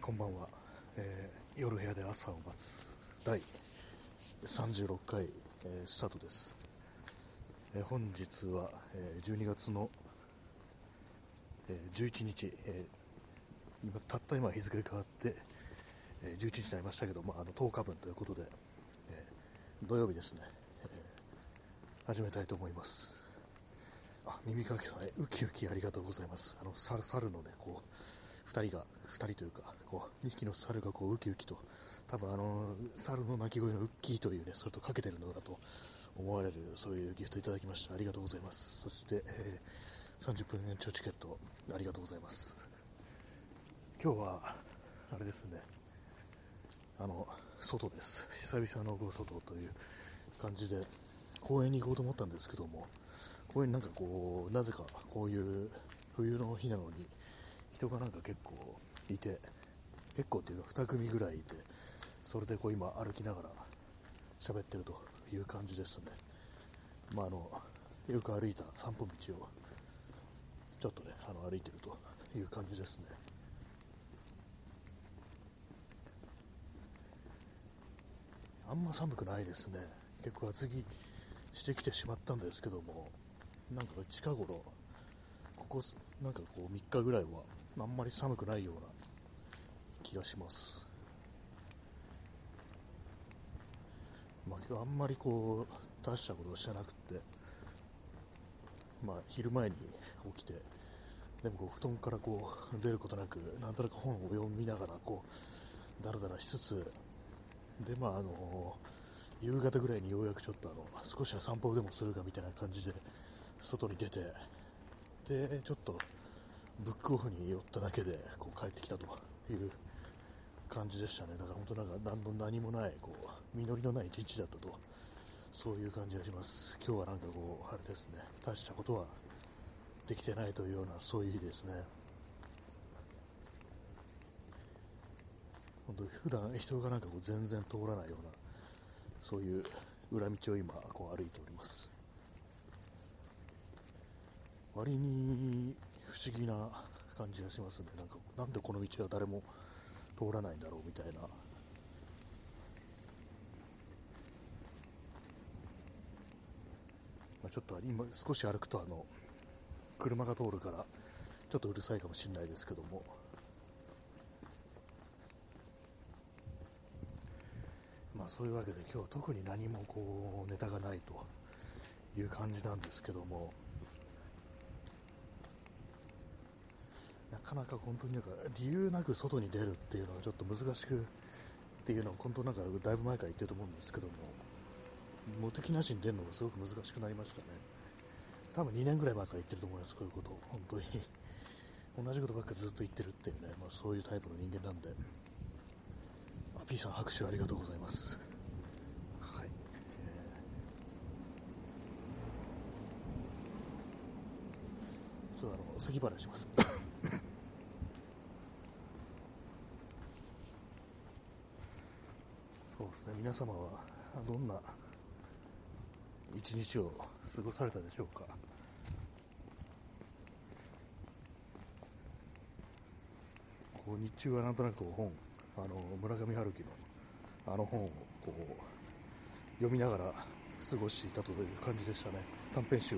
こんばんは、夜部屋で朝を待つ第36回、スタートです。本日は、12月の、11日、たった今日付が変わって、11日になりましたけど、10日分ということで、土曜日ですね、始めたいと思います。耳かきさん、ウキウキありがとうございます。猿のね、2人というか、2匹の猿がウキウキと、多分猿の鳴き声のウッキーというね、それとかけてるのだと思われる、そういうギフトいただきました。ありがとうございます。そして、30分延長チケット、ありがとうございます。今日は、あれですね、外です。久々の外という感じで、公園に行こうと思ったんですけども、公園なんかなぜかこういう冬の日なのに、人がなんか結構いて、結構っていうか2組ぐらいいて、それで今歩きながら喋ってるという感じですね。よく歩いた散歩道をちょっとね歩いてるという感じですね。あんま寒くないですね。結構厚着してきてしまったんですけども、なんか近頃ここなんか3日ぐらいはあんまり寒くないような気がします。あんまり大したことをしてなくて、昼前に起きて、でも布団から出ることなく、なんとなく本を読みながらだらだらしつつ、で夕方ぐらいにようやくちょっと少しは散歩でもするかみたいな感じで外に出て、でちょっとブックオフに寄っただけで帰ってきたという感じでしたね。だから本当何もない実りのない一日だったと、そういう感じがします。今日はなんかあれですね、大したことはできてないというような、そういう日ですね。本当に普段人がなんか全然通らないような、そういう裏道を今歩いております。割に不思議な感じがしますね。なんでこの道は誰も通らないんだろうみたいな。ちょっと今少し歩くと車が通るからちょっとうるさいかもしれないですけども、そういうわけで今日は特に何もネタがないという感じなんですけども、なかなか本当に理由なく外に出るっていうのはちょっと難しくっていうのを本当だいぶ前から言ってると思うんですけども、目的なしに出るのがすごく難しくなりましたね。多分2年ぐらい前から言ってると思います。こういうこと本当に同じことばっかずっと言ってるっていうね、そういうタイプの人間なんで。P さん拍手ありがとうございます。はい、ちょっと咳払いしますそうですね、皆様はどんな一日を過ごされたでしょうか。日中はなんとなく本、村上春樹の本を読みながら過ごしていたという感じでしたね。短編集を。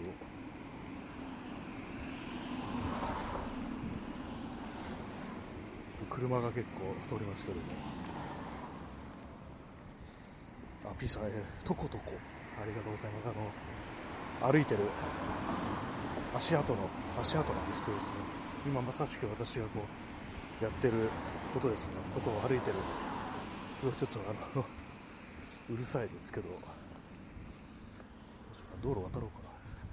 車が結構通りますけども、P さん、とことこありがとうございます。歩いてる足跡のギフトですね。今まさしく私がやってることですね。外を歩いてる、すごいちょっとうるさいですけど、道路渡ろうかな。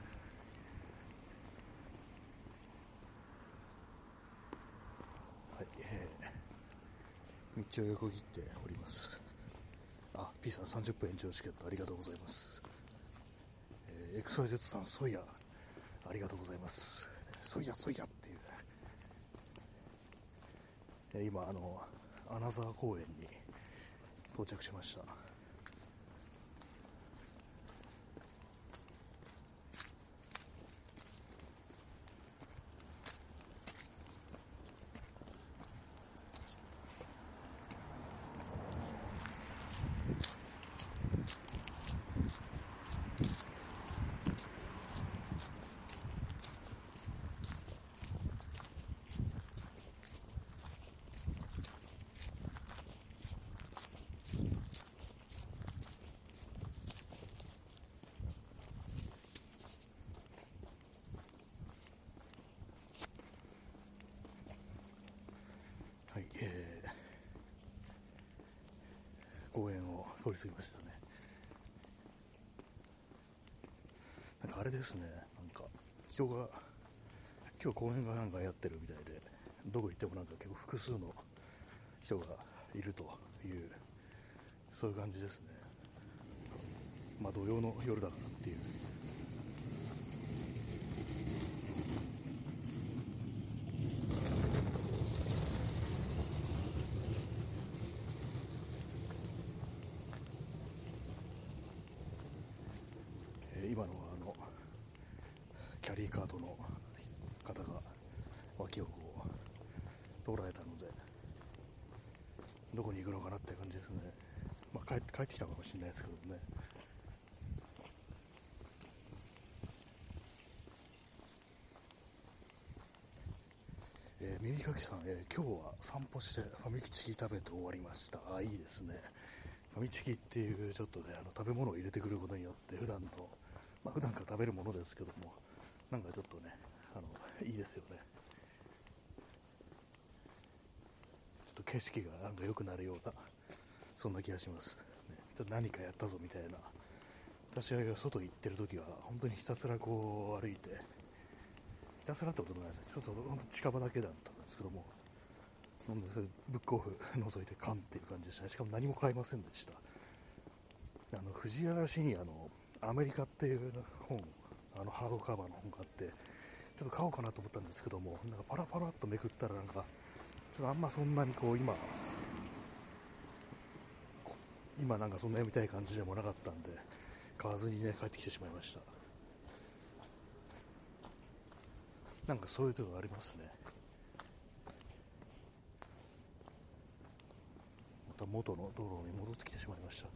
はい、道を横切っております。P さん30分延長チケットありがとうございます。XYZ さんソイヤありがとうございます。ソイヤっていうね、今アナザー公園に到着しました。 通り過ぎましたね。なんかあれですね、なんか人が今日公園がなんかやってるみたいで、どこ行ってもなんか結構複数の人がいるというそういう感じですね。まあ土曜の夜だからっていう。今のはキャリーカートの方が脇をこう通られたので、どこに行くのかなって感じですね。まあ帰ってきたかもしれないですけどね。耳かきさん、今日は散歩してファミチキ食べて終わりました。いいですね。ファミチキっていうちょっとね食べ物を入れてくることによって普段から食べるものですけども、なんかちょっとねいいですよね。ちょっと景色がなんか良くなるようなそんな気がします、ね、ちょっと何かやったぞみたいな。私は外行ってる時は本当にひたすらこう歩いて、ひたすらってことないです。ちょっと本当近場だけだったんですけども、ブックオフ覗いて缶っていう感じでしたね。しかも何も買いませんでした。藤原信也のアメリカっていう本、ハードカバーの本があって、ちょっと買おうかなと思ったんですけども、なんかパラパラっとめくったらなんかちょっとあんまそんなにこう今なんかそんな読みたい感じでもなかったんで買わずにね帰ってきてしまいました。なんかそういうところがありますね。また元の道路に戻ってきてしまいました。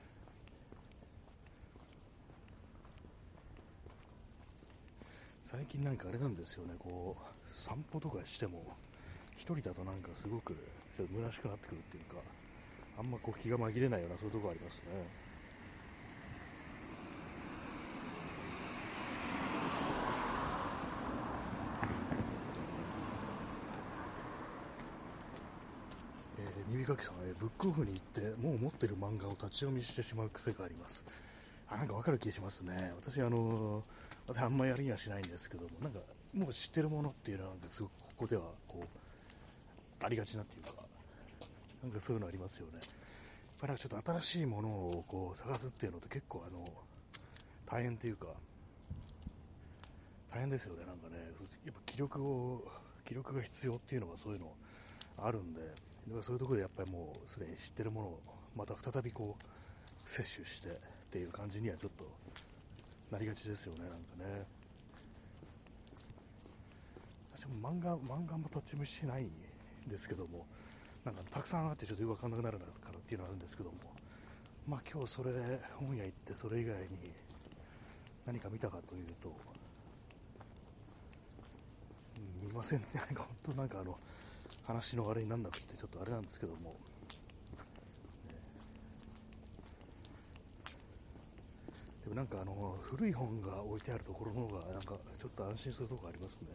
最近なんかあれなんですよね、こう散歩とかしても一人だとなんかすごくちょっと虚しくなってくるっていうか、あんまこう気が紛れないようなそういうところありますね。耳かきさんはブックオフに行ってもう持ってる漫画を立ち読みしてしまう癖があります。なんかわかる気がしますね。私私あんまやりにはしないんですけども、なんかもう知ってるものっていうのはなんかすごくここではこうありがちなっていうか、なんかそういうのありますよね。やっぱりちょっと新しいものをこう探すっていうのって結構大変っていうか大変ですよね。なんかね、やっぱ記録が必要っていうのはそういうのあるんで、そういうところでやっぱりもうすでに知ってるものをまた再びこう摂取してっていう感じにはちょっとなりがちですよね。なんかね、私も漫画も立ち読みしないんですけども、なんかたくさんあってちょっとよく分かんなくなるからっていうのはあるんですけども、まあ今日それで本屋行ってそれ以外に何か見たかというと、見ませんね。なんか本当なんか話のあれになんなくてちょっとあれなんですけども、でもなんか古い本が置いてあるところの方がなんかちょっと安心するところありますね。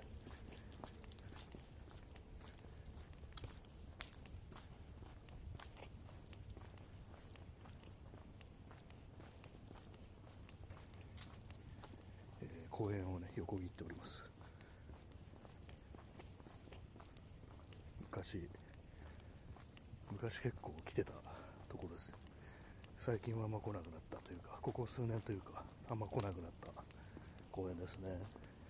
公園をね横切っております。昔結構来てたところです。最近はあんま来なくなったというか、ここ数年というかあんま来なくなった公園ですね。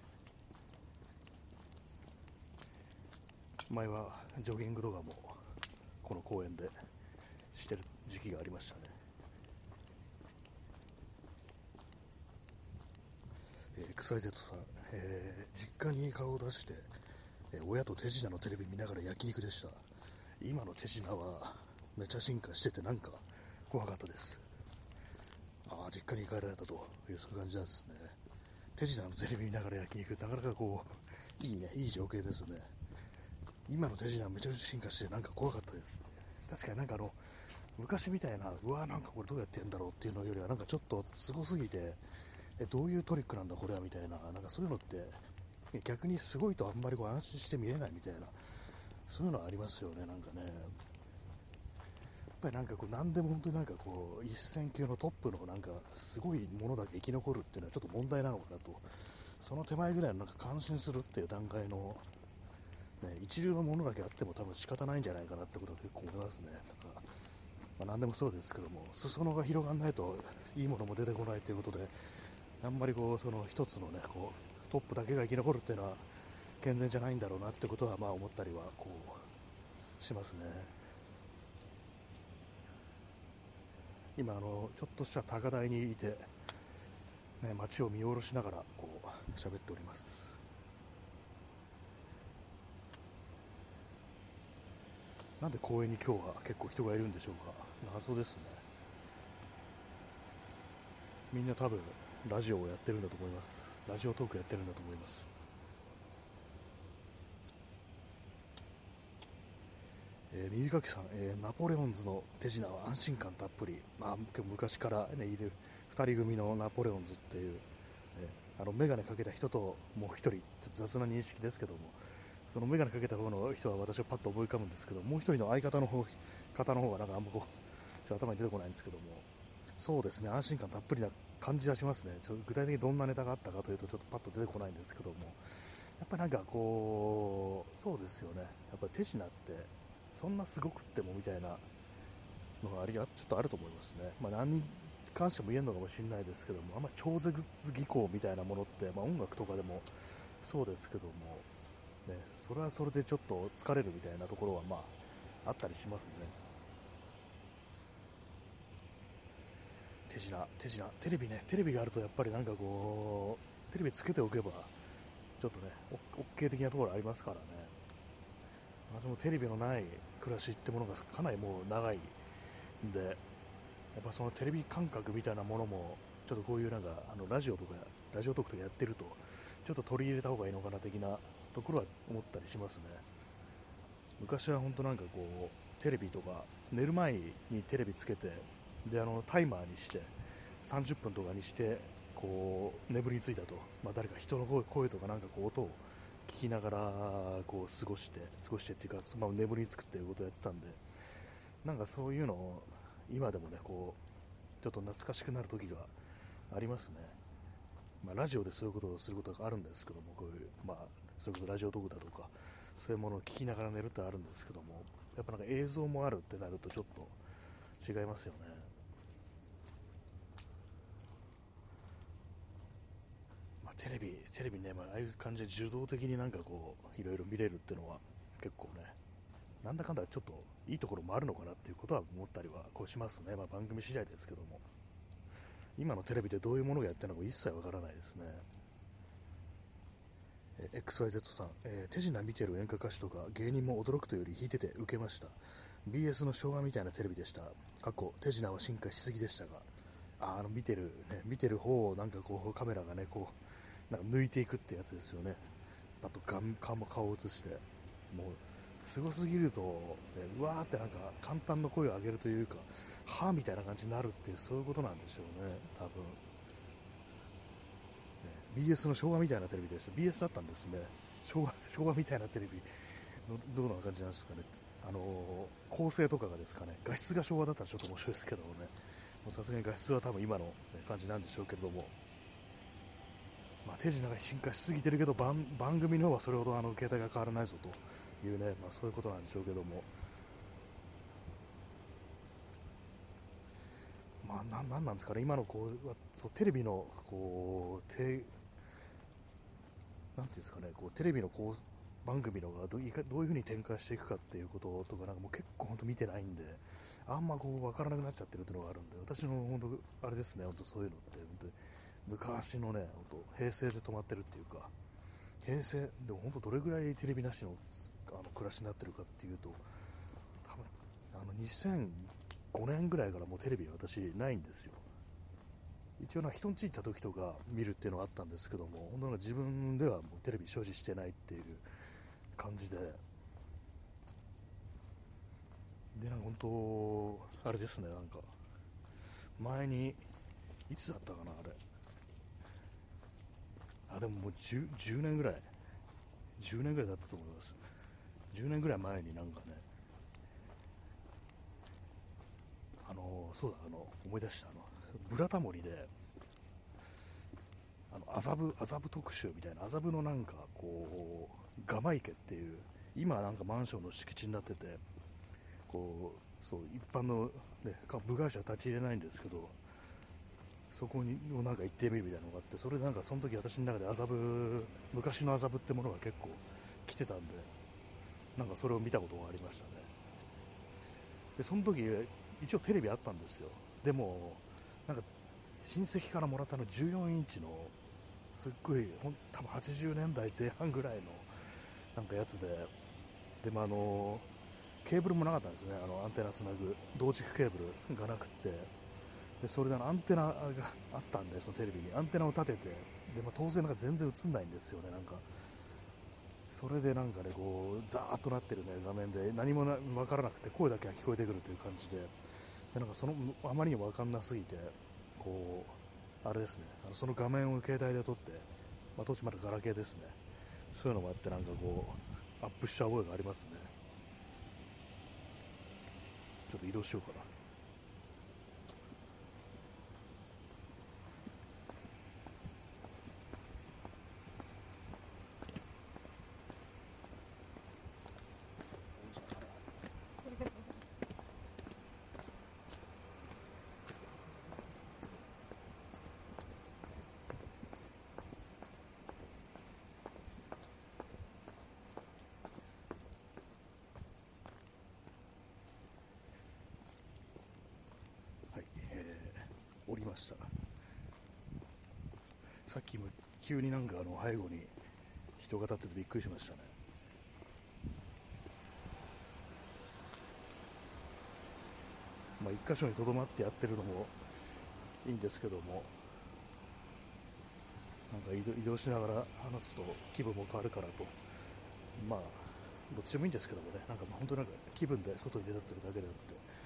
前はジョギングとかもこの公園でしてる時期がありましたね。XYZ さん、実家に顔を出して、親と手品のテレビ見ながら焼肉でした。今の手品はめちゃ進化しててなんか怖かったです。実家に帰られたというそういう感じなんですね。手品のテレビ見ながら焼肉、なかなかこういい情景ですね。今の手品はめちゃくちゃ進化してなんか怖かったです。確かになんか昔みたいななんかこれどうやってやるんだろうっていうのよりはなんかちょっとすごすぎて、どういうトリックなんだこれはみたいな、なんかそういうのって逆にすごいとあんまりこう安心して見れないみたいな、そういうのはありますよね。なんかね、 ぱりなんかこう何でも本当になんかこう一線級のトップのなんかすごいものだけ生き残るっていうのはちょっと問題なのかなと、その手前ぐらいのなんか感心するっていう段階の、ね、一流のものだけあっても多分仕方ないんじゃないかなってことは結構思いますね。だからまあ、何でもそうですけども、裾野が広がらないといいものも出てこないということで、あんまりこうその一つのねこうトップだけが生き残るっていうのは健全じゃないんだろうなってことはまあ思ったりはこうしますね。今ちょっとした高台にいて、ね、街を見下ろしながらこう喋っております。なんで公園に今日は結構人がいるんでしょうか。謎ですね。みんな多分ラジオをやってるんだと思います。ラジオトークやってるんだと思います。耳かきさん、ナポレオンズの手品は安心感たっぷり、まあ、昔から、ね、いる2人組のナポレオンズっていう、メガネかけた人ともう一人ちょっと雑な認識ですけども、そのメガネかけた方の人は私はパッと思い浮かぶんですけど、もう一人の相方の方がなんかあんまこうちょっと頭に出てこないんですけども、そうですね、安心感たっぷりな感じがしますね。具体的にどんなネタがあったかというとちょっとパッと出てこないんですけども、やっぱりなんかこうそうですよね、やっぱり手品ってそんなすごくってもみたいなのがちょっとあると思いますね。まあ、何に関しても言えるのかもしれないですけども、あんま超絶技巧みたいなものって、まあ、音楽とかでもそうですけども、ね、それはそれでちょっと疲れるみたいなところはまああったりしますね。手品テレビね、テレビがあるとやっぱりなんかこうテレビつけておけばちょっとねOK 的なところありますからね。私もテレビのない暮らしってものがかなりもう長いんで、やっぱそのテレビ感覚みたいなものもちょっとこういうなんかラジオトークとかやってるとちょっと取り入れた方がいいのかな的なところは思ったりしますね。昔は本当なんかこうテレビとか寝る前にテレビつけて、でタイマーにして30分とかにしてこう眠りについたと、まあ、誰か人の声とかなんかこう音を聞きながらこう過ごしてっていうか、まあ、眠りにつくっていうことをやってたんで、なんかそういうのを今でもねこうちょっと懐かしくなる時がありますね。まあ、ラジオでそういうことをすることがあるんですけども、こういうまあそれこそラジオトークだとかそういうものを聞きながら寝るってあるんですけども、やっぱなんか映像もあるってなるとちょっと違いますよね。まあ、テレビね、まああいう感じで受動的になんかこういろいろ見れるっていうのは結構ね、なんだかんだちょっといいところもあるのかなっていうことは思ったりはこうしますね。まあ、番組次第ですけども、今のテレビでどういうものがやってるのか一切わからないですね。XYZ さん、手品見てる演歌歌手とか芸人も驚くというより弾いてて受けました。 BS の昭和みたいなテレビでした。過去手品は進化しすぎでしたが、見てる方をなんかこうカメラがねこうなんか抜いていくってやつですよね。あと顔を映して、もうすごすぎると、ね、うわーってなんか簡単な声を上げるというか、はぁみたいな感じになるっていう、そういうことなんでしょうね、多分。BS の昭和みたいなテレビでした。 BS だったんですね。昭和みたいなテレビどうな感じなんですかね。構成とかがですかね、画質が昭和だったらちょっと面白いですけどもね、さすがに画質は多分今の、ね、感じなんでしょうけれども、まあ、手品が進化しすぎてるけど番組の方はそれほど携帯が変わらないぞというね、まあ、そういうことなんでしょうけども、まあ、なんなんですかね、今のこうそうテレビのこうなんていうんですかね、こうテレビのこう番組のがどういう風に展開していくかっていうこととか、なんかもう結構本当見てないんで、あんまこう分からなくなっちゃってるっていうのがあるんで、私の本当あれですね、本当そういうのって本当に昔のね、本当平成で止まってるっていうか、平成でも本当どれぐらいテレビなしの暮らしになってるかっていうと、多分2005年ぐらいからもうテレビ私ないんですよ。一応人ん家行った時とか見るっていうのがあったんですけども、本当なんか自分ではもうテレビ所持してないっていう感じで、なんか本当あれですね、なんか前にいつだったかな、でももう 10年ぐらいだったと思います。10年ぐらい前になんかね、 そうだ、思い出した、ブラタモリで、麻布特集みたいな、麻布のなんか、こう、ガマ池っていう、今なんかマンションの敷地になってて、こう、そう、一般の、ね、部外者は立ち入れないんですけど、そこになんか行ってみるみたいなのがあって、それでなんかその時私の中で昔の麻布ってものが結構来てたんで、なんかそれを見たことがありましたね。で、その時、一応テレビあったんですよ。でも、なんか親戚からもらったの14インチの、すっごい、多分80年代前半ぐらいのなんかやつで、でもケーブルもなかったんですね、アンテナつなぐ同軸ケーブルがなくって、でそれでアンテナがあったんで、そのテレビにアンテナを立てて、で、当然なんか全然映んないんですよね。なんかそれでなんかね、こうザーッとなってるね画面で何も分からなくて、声だけが聞こえてくるという感じで、なんかあまりにも分かんなすぎて、こうあれですね、その画面を携帯で撮って、当時まだガラケーですね、そういうのもあって、なんかこうアップした覚えがありますね。ちょっと移動しようかな。はい、降りました。さっきも急になんか背後に人が立っててびっくりしましたね。一箇所にとどまってやってるのもいいんですけども、なんか移動しながら話すと気分も変わるからと、どっちでもいいんですけどもね、なんか本当になんか気分で外に出たってるだけであって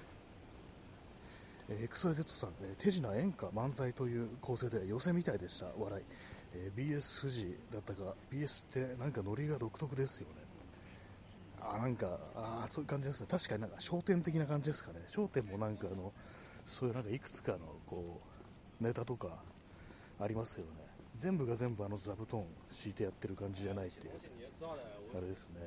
、XYZ さん、手品演歌漫才という構成で寄せみたいでした、笑い。BS 富士だったか、 BS ってなんかノリが独特ですよね。なんかそういう感じですね。確かになんか商店的な感じですかね。商店もなんかそういうなんかいくつかのこうネタとかありますよね。全部が全部座布団敷いてやってる感じじゃないっていう、あれですね。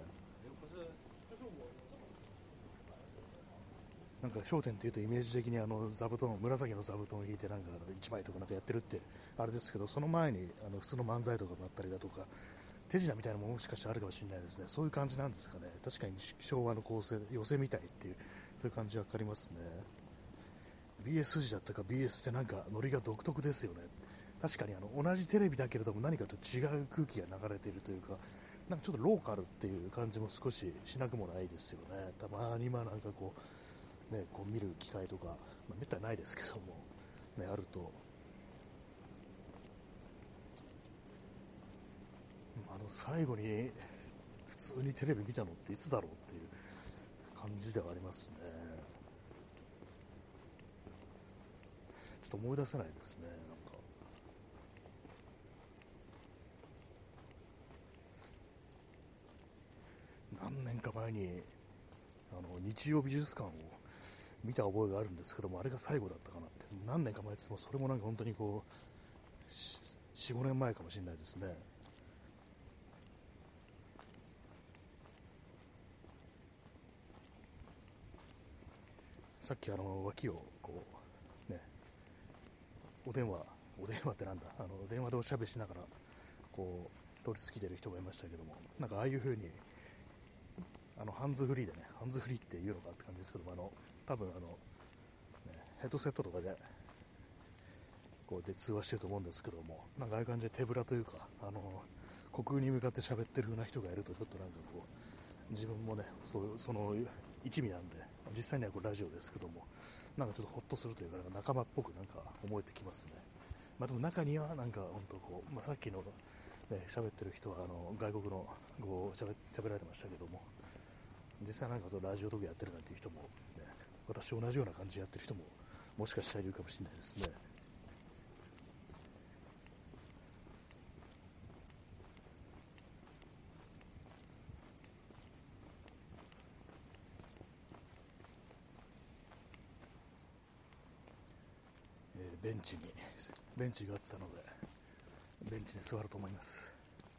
なんか商店っていうとイメージ的に座布団、紫の座布団を引いてなんか1枚とかなんかやってるってあれですけど、その前に普通の漫才とかもあったりだとか、手品みたいなのももしかしてあるかもしれないですね。そういう感じなんですかね。確かに昭和の構成、寄せみたいっていう、そういう感じわかりますね。BS 時だったか、 BS ってなんかノリが独特ですよね。確かに同じテレビだけれども何かと違う空気が流れているというか、なんかちょっとローカルっていう感じも少ししなくもないですよね。たまになんかこうね、こう見る機会とか、めったにないですけどもね、あると、最後に普通にテレビ見たのっていつだろうっていう感じではありますね。ちょっと思い出せないですね。なんか何年か前に日曜美術館を見た覚えがあるんですけども、あれが最後だったかなって。何年か前ですも、それもなんか本当にこう4、5年前かもしれないですね。さっき脇をこうね、お電話ってなんだ、電話でおしゃべりしながらこう通り過ぎてる人がいましたけども、なんかああいう風にハンズフリーでね、ハンズフリーっていうのかって感じですけども、多分ヘッドセットとかでこうで通話してると思うんですけども、なんかああいう感じで手ぶらというか、虚空に向かって喋ってる風な人がいると、ちょっとなんかこう自分もね、その一味なんで、実際にはこれラジオですけども、なんかちょっとホッとするというか、なんか仲間っぽくなんか思えてきますね。でも中にはなんか本当こう、さっきのね、喋ってる人は外国の語を喋られてましたけども、実際なんかそのラジオとかやってるなんていう人も、ね、私と同じような感じでやってる人ももしかしたらいるかもしれないですね。 ベンチがあったのでベンチに座ると思います。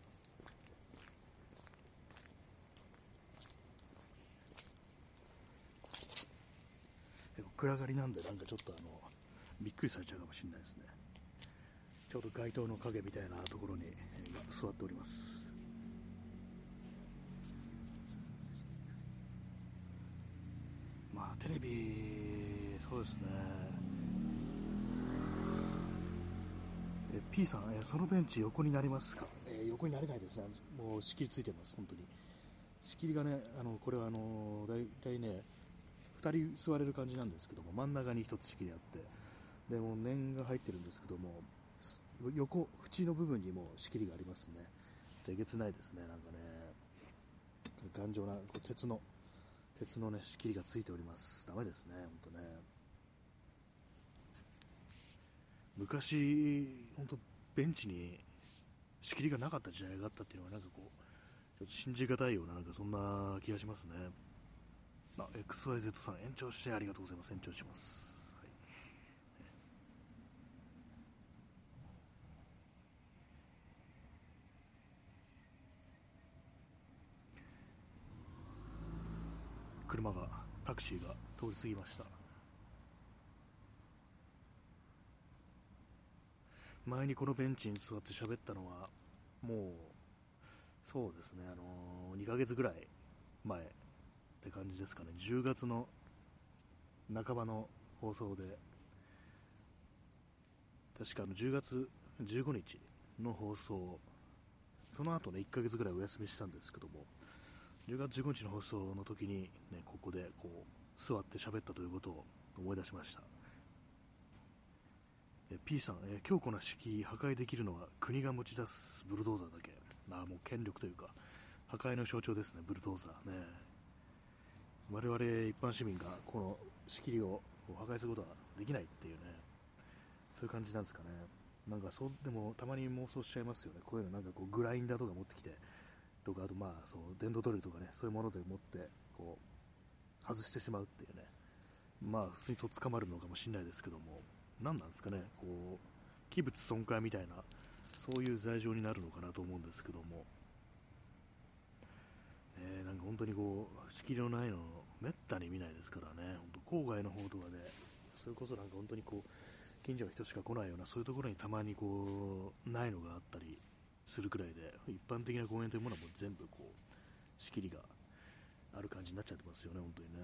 暗がりなんでなんかちょっとびっくりされちゃうかもしれないですね。ちょうど街灯の影みたいなところに今座っております。まあテレビそうですね。P さん、そのベンチ横になりますか？横になれないですね。もう仕切りついてます。本当に仕切りがね、これはだいたいね2人座れる感じなんですけども、真ん中に1つ仕切りあって、でもう念が入ってるんですけども、横縁の部分にも仕切りがありますね。えげつないですね。なんかね頑丈な鉄のね仕切りがついております。ダメですね、本当ね。昔本当ベンチに仕切りがなかった時代があったっていうのはなんかこうちょっと信じがたいような、なんかそんな気がしますね。XYZ さん延長してありがとうございます。延長します、はい。車がタクシーが通り過ぎました。前にこのベンチに座って喋ったのはもうそうですね、2ヶ月ぐらい前って感じですかね。10月の半ばの放送で、確か10月15日の放送、その後ね1ヶ月ぐらいお休みしたんですけども、10月15日の放送の時に、ね、ここでこう座って喋ったということを思い出しました。P さん、強固な敷居破壊できるのは国が持ち出すブルドーザーだけ。もう権力というか破壊の象徴ですね、ブルドーザーね。我々一般市民がこの仕切りを破壊することはできないっていうね、そういう感じなんですかね。なんかそうでもたまに妄想しちゃいますよね。こういうのなんかこうグラインダーとか持ってきてとか、あとそう電動ドリルとかね、そういうもので持ってこう外してしまうっていうね、普通にとっ捕まるのかもしれないですけども、何なんですかね、こう器物損壊みたいなそういう罪状になるのかなと思うんですけども、なんか本当にこう仕切りのないのめったに見ないですからね。本当郊外の方とかでそれこそなんか本当にこう近所の人しか来ないようなそういうところにたまにこうないのがあったりするくらいで、一般的な公園というものはもう全部こう仕切りがある感じになっちゃってますよね、本当にね。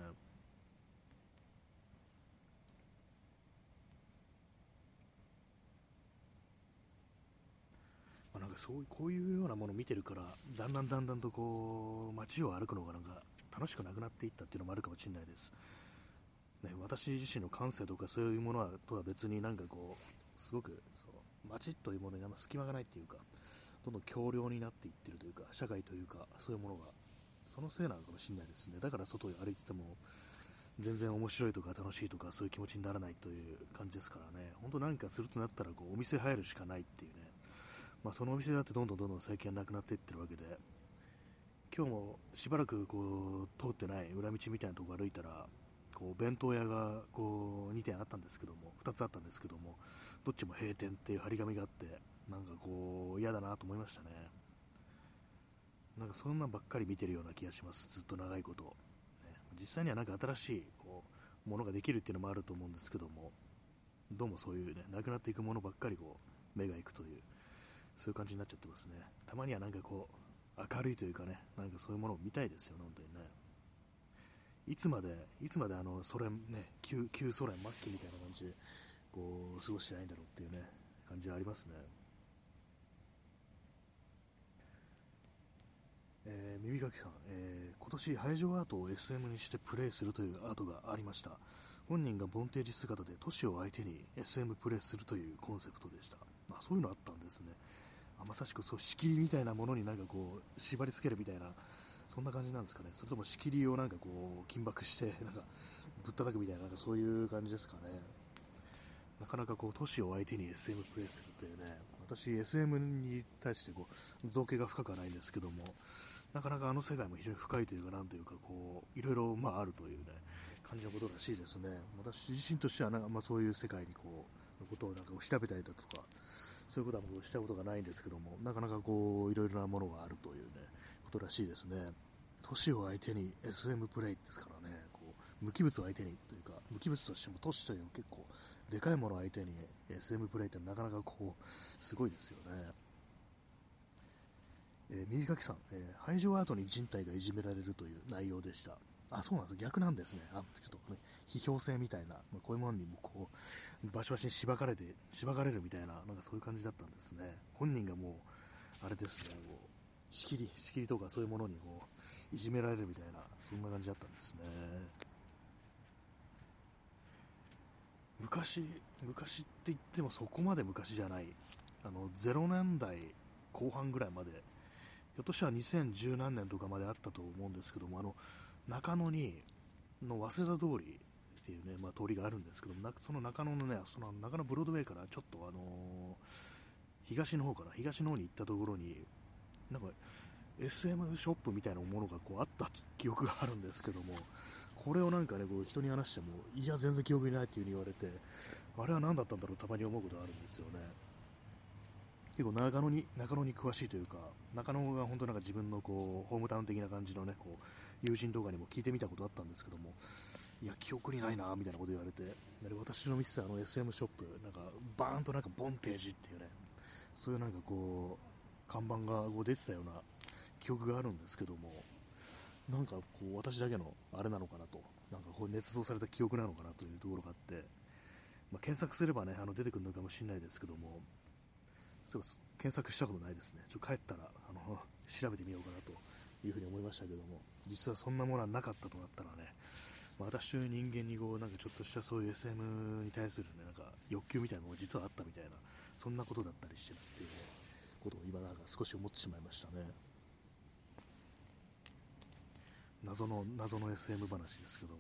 なんかこういうようなものを見てるから、だんだんとこう街を歩くのがなんか楽しくなくなっていったっていうのもあるかもしれないです、ね。私自身の感性とかそういうものとは別に、なんかこうすごく街というものに隙間がないっていうか、どんどん強量になっていってるというか、社会というかそういうものがそのせいなのかもしれないですね。だから外を歩いてても全然面白いとか楽しいとかそういう気持ちにならないという感じですからね。本当何かするとなったらこうお店入るしかないっていうね。そのお店だってどんどん最近はなくなっていってるわけで、今日もしばらくこう通ってない裏道みたいなところ歩いたら、こう弁当屋がこう2点あったんですけども、2つあったんですけども、どっちも閉店っていう張り紙があって、なんかこう嫌だなと思いましたね。なんかそんなんばっかり見てるような気がします、ずっと長いこと、ね。実際にはなんか新しいこうものができるっていうのもあると思うんですけども、どうもそういうね、なくなっていくものばっかりこう目がいくという、そういう感じになっちゃってますね。たまにはなんかこう明るいというかね、なんかそういうものを見たいですよね、本当にね。いつまでソ連ね、旧ソ連末期みたいな感じでこう過ごしてないんだろうっていうね感じはありますね。耳かきさん、今年ハイジョアートを SM にしてプレイするというアートがありました。本人がボンテージ姿で都市を相手に SM プレイするというコンセプトでした。そういうのあったんですね。まさしくそう仕切りみたいなものになんかこう縛り付けるみたいな、そんな感じなんですかね。それとも仕切りをなんかこう緊縛してなんかぶったたくみたいな、なんかそういう感じですかね。なかなかこう都市を相手に SM プレイするというね、私 SM に対してこう造形が深くはないんですけども、なかなかあの世界も非常に深いというか、なんというかこういろいろあるというね感じのことらしいですね。私自身としてはそういう世界にこうことをなんか調べたりだとか、そういうことはもうしたことがないんですけども、なかなかこういろいろなものがあるというねことらしいですね。都市を相手に SM プレイですからね、こう無機物を相手にというか、無機物としても都市という結構でかいものを相手に SM プレイってなかなかこうすごいですよね。右書きさん、排除アートに人体がいじめられるという内容でした。あ、そうなんです。逆なんですね。ちょっとね、批評性みたいな、こういうものにもこう、バシバシにしばかれるみたいな、なんかそういう感じだったんですね。本人がもう、あれですね、こう、仕切りとかそういうものにこう、いじめられるみたいな、そんな感じだったんですね。昔って言ってもそこまで昔じゃない。0年代後半ぐらいまで、ひょっとしたら2010何年とかまであったと思うんですけども、中野の早稲田通りっていうね、通りがあるんですけども、その中野のね、その中野ブロードウェイからちょっと東の方に行ったところに、なんか SM ショップみたいなものがこうあった記憶があるんですけども、これをなんかね、こう人に話しても、いや全然記憶にないっていう風に言われて、あれは何だったんだろう、たまに思うことがあるんですよね。結構中野に詳しいというか、中野が本当なんか自分のこうホームタウン的な感じのね、こう友人とかにも聞いてみたことあったんですけども、いや記憶にないなみたいなこと言われて、で私の見てたSM ショップ、なんかバーンとなんかボンテージっていうね、そういうなんかこう看板がこう出てたような記憶があるんですけども、なんかこう私だけのあれなのかなと、なんかこう捏造された記憶なのかなというところがあって、検索すればね出てくるのかもしれないですけども、そう検索したことないですね。帰ったら調べてみようかなというふうに思いましたけども、実はそんなものはなかったとなったらね、私という人間にこうなんかちょっとしたそういう SM に対する、ね、なんか欲求みたいなのが実はあったみたいな、そんなことだったりしてるっていう、ね、ことを今なんか少し思ってしまいましたね。謎の SM 話ですけども、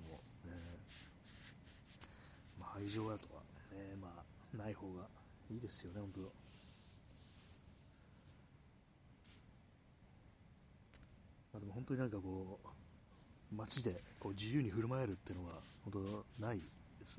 排除やとは、ない方がいいですよね、本当。でも本当になんかこう街でこう自由に振る舞えるっていうのが本当ないですね。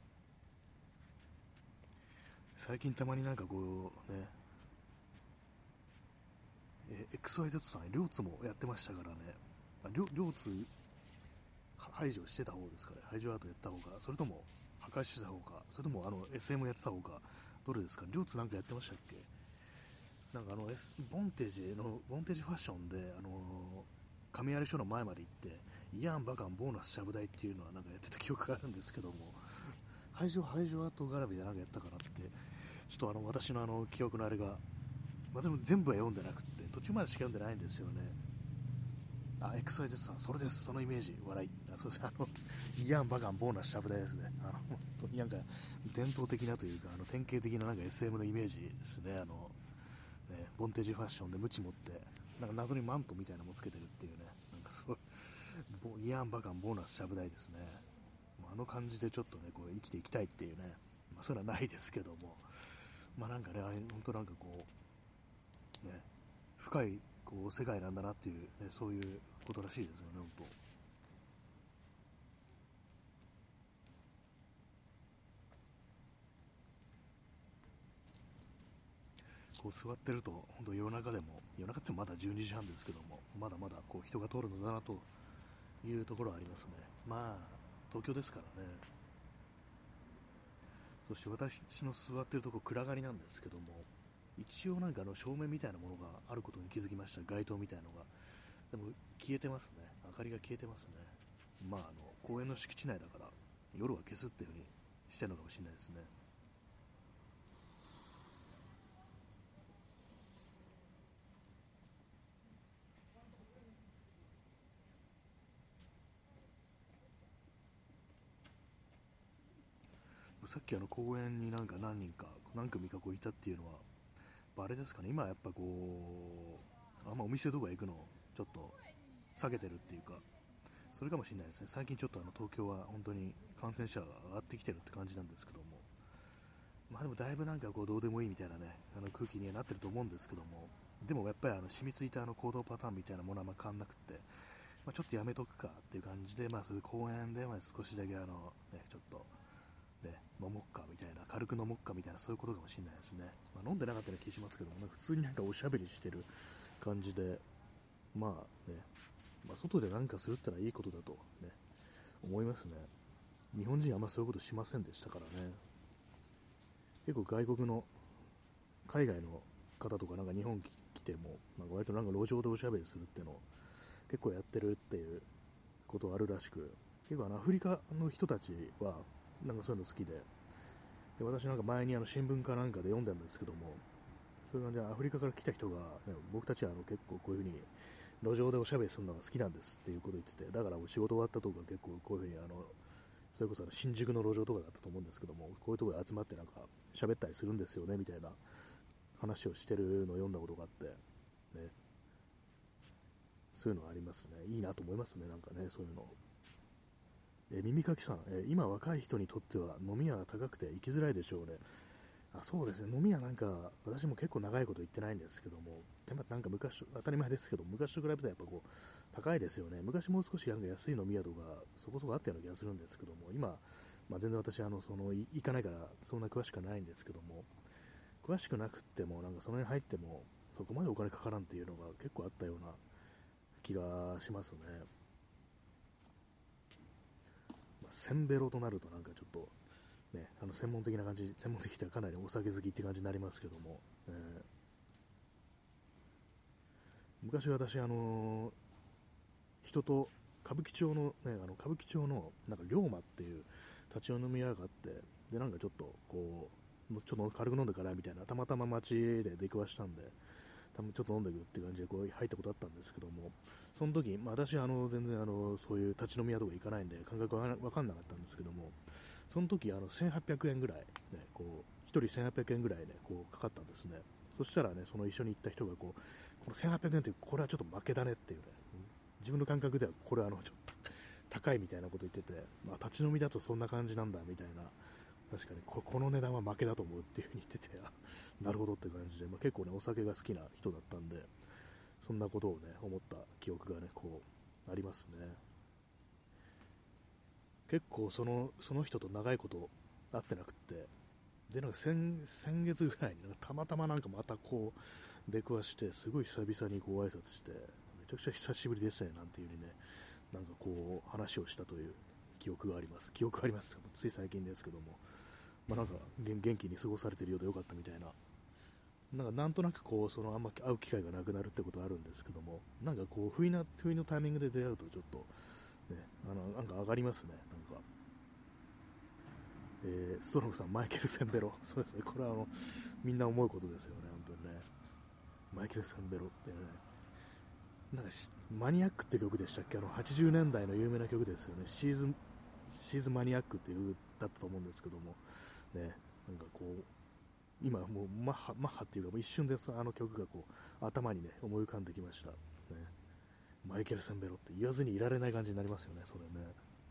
最近たまになんかこうね、XYZ さん両津もやってましたからね。両津排除してた方ですかね。排除アートやった方か、それとも破壊してた方か、それともSM やってた方か、どれですか。両津なんかやってましたっけ。なんかボンテージファッションで亀有署の前まで行ってイヤンバカンボーナスしゃぶ台っていうのはなんかやってた記憶があるんですけども、排除アート絡みでなんかやったかなって、ちょっと私の記憶のあれが、でも全部は読んでなくて途中までしか読んでないんですよね。XYZ さん、それです、そのイメージ、笑い。そうです、イヤンバカンボーナスしゃぶ台ですね。本当になんか伝統的なというか典型的ななんか SM のイメージですね。ボンテージファッションでムチ持ってなんか謎にマントみたいなのもつけてるっていうね、なんかそうイヤンバカンボーナスしゃぶ台ですね。感じでちょっとねこう生きていきたいっていうね、それはないですけども、なんかね本当なんかこうね深いこう世界なんだなっていう、ね、そういうことらしいですよね、本当。こう座ってると本当夜中ってもまだ12時半ですけども、まだまだこう人が通るのだなというところはありますね。東京ですからね。そして私の座ってるとこ暗がりなんですけども、一応なんか照明みたいなものがあることに気づきました。街灯みたいなのが。でも消えてますね。明かりが消えてますね。公園の敷地内だから夜は消すっていう風にしてるのかもしれないですね。さっき公園になんか何組かこういたっていうのは、あれですかね、今はやっぱこう、お店とか行くのをちょっと下げてるっていうか、それかもしれないですね。最近ちょっと東京は本当に感染者が上がってきてるって感じなんですけども、でもだいぶなんかこうどうでもいいみたいなね、空気にはなってると思うんですけども、でもやっぱり染みついた行動パターンみたいなものは変わんなくって、ちょっとやめとくかっていう感じで、そういう公園で少しだけちょっとね、飲もうかみたいな軽く飲もっかみたいな、そういうことかもしれないですね。飲んでなかったような気しますけども、普通におしゃべりしてる感じで、外で何かするってのはいいことだとね、思いますね。日本人あんまそういうことしませんでしたからね。結構外国の海外の方とか日本来ても割と路上でおしゃべりするっていうのを結構やってるっていうことあるらしく、結構アフリカの人たちはそういうの好きで、私前に新聞かなんかで読んだんですけども、そういう感じでアフリカから来た人が、僕たちは結構こういう風に路上でおしゃべりするのが好きなんですっていうことを言ってて、だから仕事終わったとか結構こういう風にそれこそ新宿の路上とかだったと思うんですけども、こういうところで集まって喋ったりするんですよねみたいな話をしてるのを読んだことがあって、ね、そういうのありますね。いいなと思いますね、そういうの。耳かきさん、今若い人にとっては飲み屋が高くて行きづらいでしょうね。そうですね、飲み屋私も結構長いこと行ってないんですけども、でも昔、当たり前ですけど、昔と比べたらやっぱ高いですよね。昔もう少し安い飲み屋とかそこそこあったような気がするんですけども、今、全然私行かないからそんな詳しくないんですけども、詳しくなくってもその辺入ってもそこまでお金かからんっていうのが結構あったような気がしますね。センベロとなるとちょっとね、専門的な感じ、専門的ってかなりお酒好きって感じになりますけども、昔私人と歌舞伎町の龍馬っていう立ち飲み屋があって、でちょっとちょっと軽く飲んでからみたいな、たまたま街で出くわしたんで、ちょっと飲んでくるって感じで入ったことあったんですけども、その時、私全然そういう立ち飲み屋とか行かないんで感覚が分かんなかったんですけども、その時1800円ぐらい、ね、1人1800円ぐらいねかかったんですね。そしたらね、その一緒に行った人がこの1800円ってこれはちょっと負けだねっていうね、自分の感覚ではこれちょっと高いみたいなこと言ってて、立ち飲みだとそんな感じなんだみたいな、確かにこの値段は負けだと思うっていう風に言ってて、なるほどって感じで、結構ねお酒が好きな人だったんで、そんなことをね思った記憶がねありますね。結構その人と長いこと会ってなくって、で先月ぐらいにたまたままた出くわして、すごい久々に挨拶して、めちゃくちゃ久しぶりでしたねなんていう風にね、話をしたという記憶があります。つい最近ですけども、元気に過ごされているようでよかったみたいな、なんとなくあんま会う機会がなくなるってことはあるんですけども、不意のタイミングで出会うとちょっとね、上がりますね。ストロングさん、マイケル・センベロ、そうですね、これはみんな思うことですよね、本当にね。マイケル・センベロってね、マニアックって曲でしたっけ、80年代の有名な曲ですよね。シーズマニアックっていうだったと思うんですけども、ね、今もうマッハっていうか、もう一瞬であの曲が頭にね思い浮かんできました、ね。マイケル・センベロって言わずにいられない感じになりますよね、それね。